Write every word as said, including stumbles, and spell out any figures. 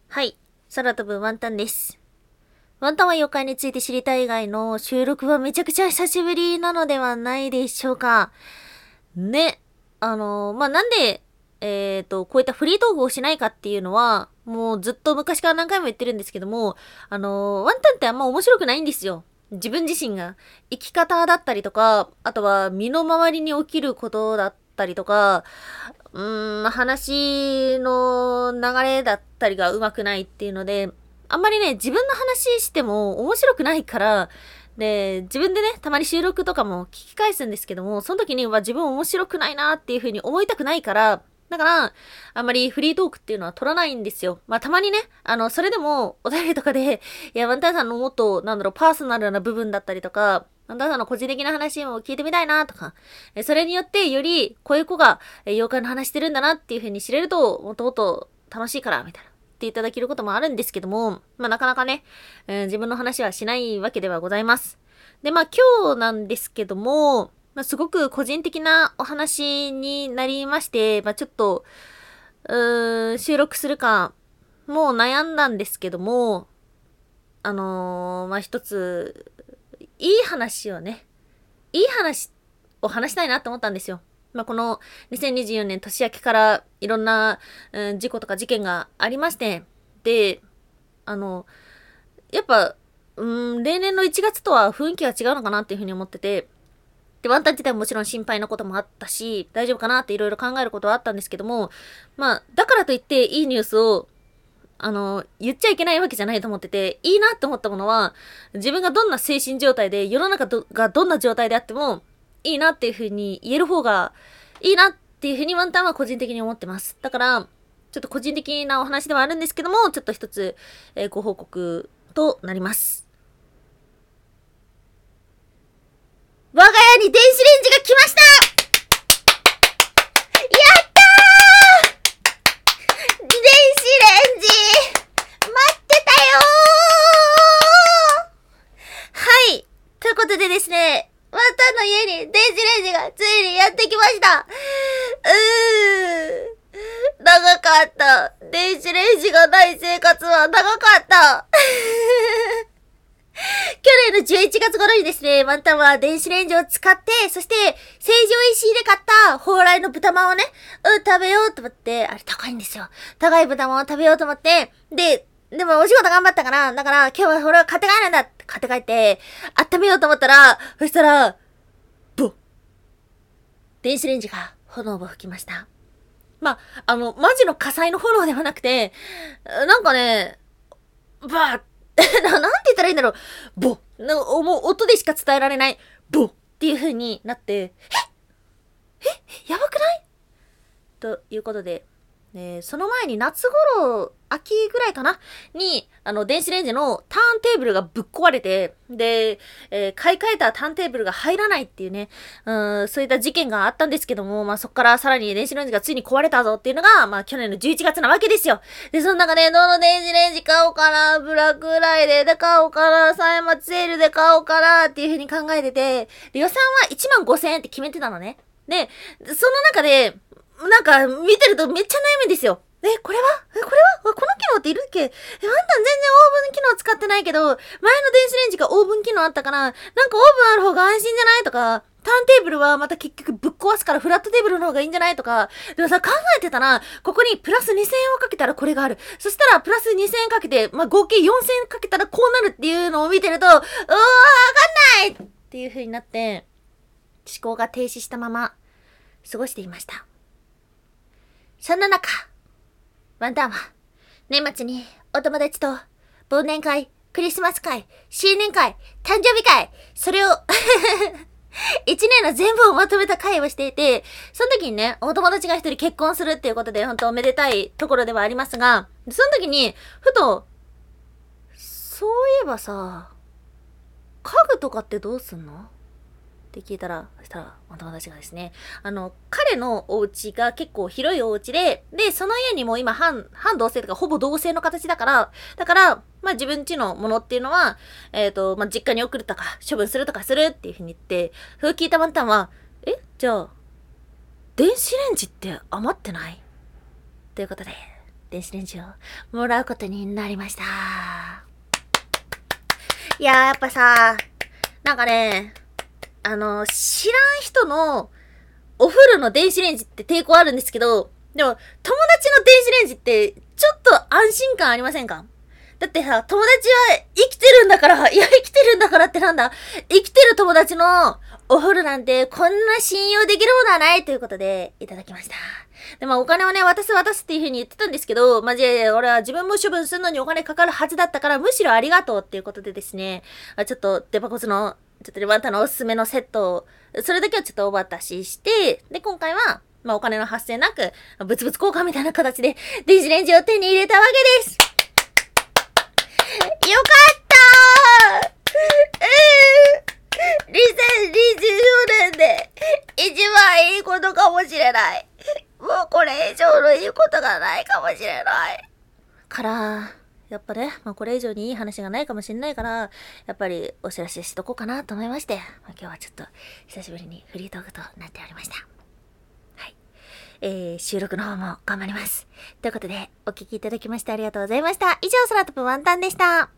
はい。空飛ぶワンタンです。ワンタンは妖怪について知りたい以外の収録はめちゃくちゃ久しぶりなのではないでしょうか。ね。あのー、まあ、なんで、えっと、こういったフリートークをしないかっていうのは、もうずっと昔から何回も言ってるんですけども、あのー、ワンタンってあんま面白くないんですよ。自分自身が生き方だったりとか、あとは身の回りに起きることだったりとか、うーん、話の流れだったりが上手くないっていうので、あんまりね、自分の話しても面白くないから、で、自分でね、たまに収録とかも聞き返すんですけども、その時には自分面白くないなっていう風に思いたくないから、だから、あんまりフリートークっていうのは取らないんですよ。まあ、たまにね、あの、それでも、お便りとかで、いや、ワンタンさんのもっと、なんだろう、パーソナルな部分だったりとか、ワンタンさんの個人的な話も聞いてみたいなとか、えそれによって、より、こういう子が、え妖怪の話してるんだなっていう風に知れると、もっともっと楽しいから、みたいな。っていただけることもあるんですけども、まあ、なかなかね、えー自分の話はしないわけではございます。で、まあ、今日なんですけども、まあ、すごく個人的なお話になりまして、まあ、ちょっと、うーん、収録するか、もう悩んだんですけども、あのー、まあ、一つ、いい話をね、いい話を話したいなと思ったんですよ。まあ、このにせんにじゅうよねん年明けからいろんな、うん、事故とか事件がありまして、で、あの、やっぱ、うん、例年のいちがつとは雰囲気が違うのかなっていうふうに思ってて、で、ワンタン自体ももちろん心配なこともあったし、大丈夫かなっていろいろ考えることはあったんですけども、まあ、だからといっていいニュースを、あの、言っちゃいけないわけじゃないと思ってて、いいなって思ったものは、自分がどんな精神状態で、世の中どがどんな状態であっても、いいなっていうふうに言える方が、いいなっていうふうにワンタンは個人的に思ってます。だから、ちょっと個人的なお話ではあるんですけども、ちょっと一つ、えーご報告となります。我が家に電子レンジが来ました。やったー、電子レンジ待ってたよー。はい。ということでですね、ワンタンの家に電子レンジがついにやってきました。うーん。長かった。電子レンジがない生活は長かった。去年のじゅういちがつ頃にですね、ワンタンは電子レンジを使って、そして、成城石井で買った蓬莱の豚まんをね、うん、食べようと思って、あれ高いんですよ。高い豚まんを食べようと思って、で、でもお仕事頑張ったから、だから今日はこれを買って帰るんだって買って帰って、温めようと思ったら、そしたら、ブッ電子レンジが炎を吹きました。まあ、あの、マジの火災の炎ではなくて、なんかね、バーな、なんて言ったらいいんだろう。ボッ。なもう音でしか伝えられない。ボッっていう風になって、ええやばくない？ということで、えーその前に夏頃、秋ぐらいかなに、あの、電子レンジのターンテーブルがぶっ壊れて、で、えー買い替えたターンテーブルが入らないっていうね、うん、そういった事件があったんですけども、まあ、そこからさらに電子レンジがついに壊れたぞっていうのが、まあ、去年のじゅういちがつなわけですよ。で、その中で、どの電子レンジ買おうかな、ブラックフライデーで買おうかな、歳末セールで買おうかな、っていう風に考えてて、で、予算はいちまんごせんえんって決めてたのね。で、その中で、なんか、見てるとめっちゃ悩むんですよ。え、これはえ、これはこの機能っているっけえ、ワンタン全然オーブン機能使ってないけど、前の電子レンジがオーブン機能あったから、なんかオーブンある方が安心じゃないとか、ターンテーブルはまた結局ぶっ壊すからフラットテーブルの方がいいんじゃないとか、でもさ、考えてたら、ここにプラスにせんえんをかけたらこれがある。そしたらプラスにせんえんかけて、まあ、合計よんせんえんかけたらこうなるっていうのを見てると、うわー、わかんないっていう風になって、思考が停止したまま、過ごしていました。そんな中、ワンタンは、年末にお友達と忘年会、クリスマス会、新年会、誕生日会、それを一年の全部をまとめた会をしていて、その時にね、お友達が一人結婚するっていうことで、本当おめでたいところではありますが、その時に、ふと、そういえばさ、家具とかってどうすんのって聞いたら、そしたら、お友達がですね、あの、彼のお家が結構広いお家で、で、その家にも今半、半同棲とかほぼ同棲の形だから、だから、まあ自分家のものっていうのは、えっ、と、まあ実家に送るとか、処分するとかするっていうふうに言って、それを聞いたワンタンは、えじゃあ、電子レンジって余ってないっていうことで、 電子レンジをもらうことになりました。いやー、やっぱさ、なんかね、あの、知らん人のお風呂の電子レンジって抵抗あるんですけど、でも、友達の電子レンジって、ちょっと安心感ありませんか？だってさ、友達は生きてるんだから、いや、生きてるんだからってなんだ？生きてる友達のお風呂なんて、こんな信用できるものはないということで、いただきました。で、まあ、お金をね、渡す渡すっていう風に言ってたんですけど、まあ、じゃあ、俺は自分も処分するのにお金かかるはずだったから、むしろありがとうっていうことでですね、ちょっと、デパコスの、ちょっとレバンタのおすすめのセットを、それだけをちょっとお渡しして、で、今回は、まあ、お金の発生なく、物々交換みたいな形で、電子レンジを手に入れたわけです。よかったーえー、にせんにじゅうよねんで一番いいことかもしれない。もうこれ以上のいいことがないかもしれない。から、やっぱね、まあこれ以上にいい話がないかもしれないから、やっぱりお知らせしとこうかなと思いまして、まあ、今日はちょっと久しぶりにフリートークとなっておりました。はい。えー、収録の方も頑張ります。ということで、お聞きいただきましてありがとうございました。以上、空飛ぶワンタンでした。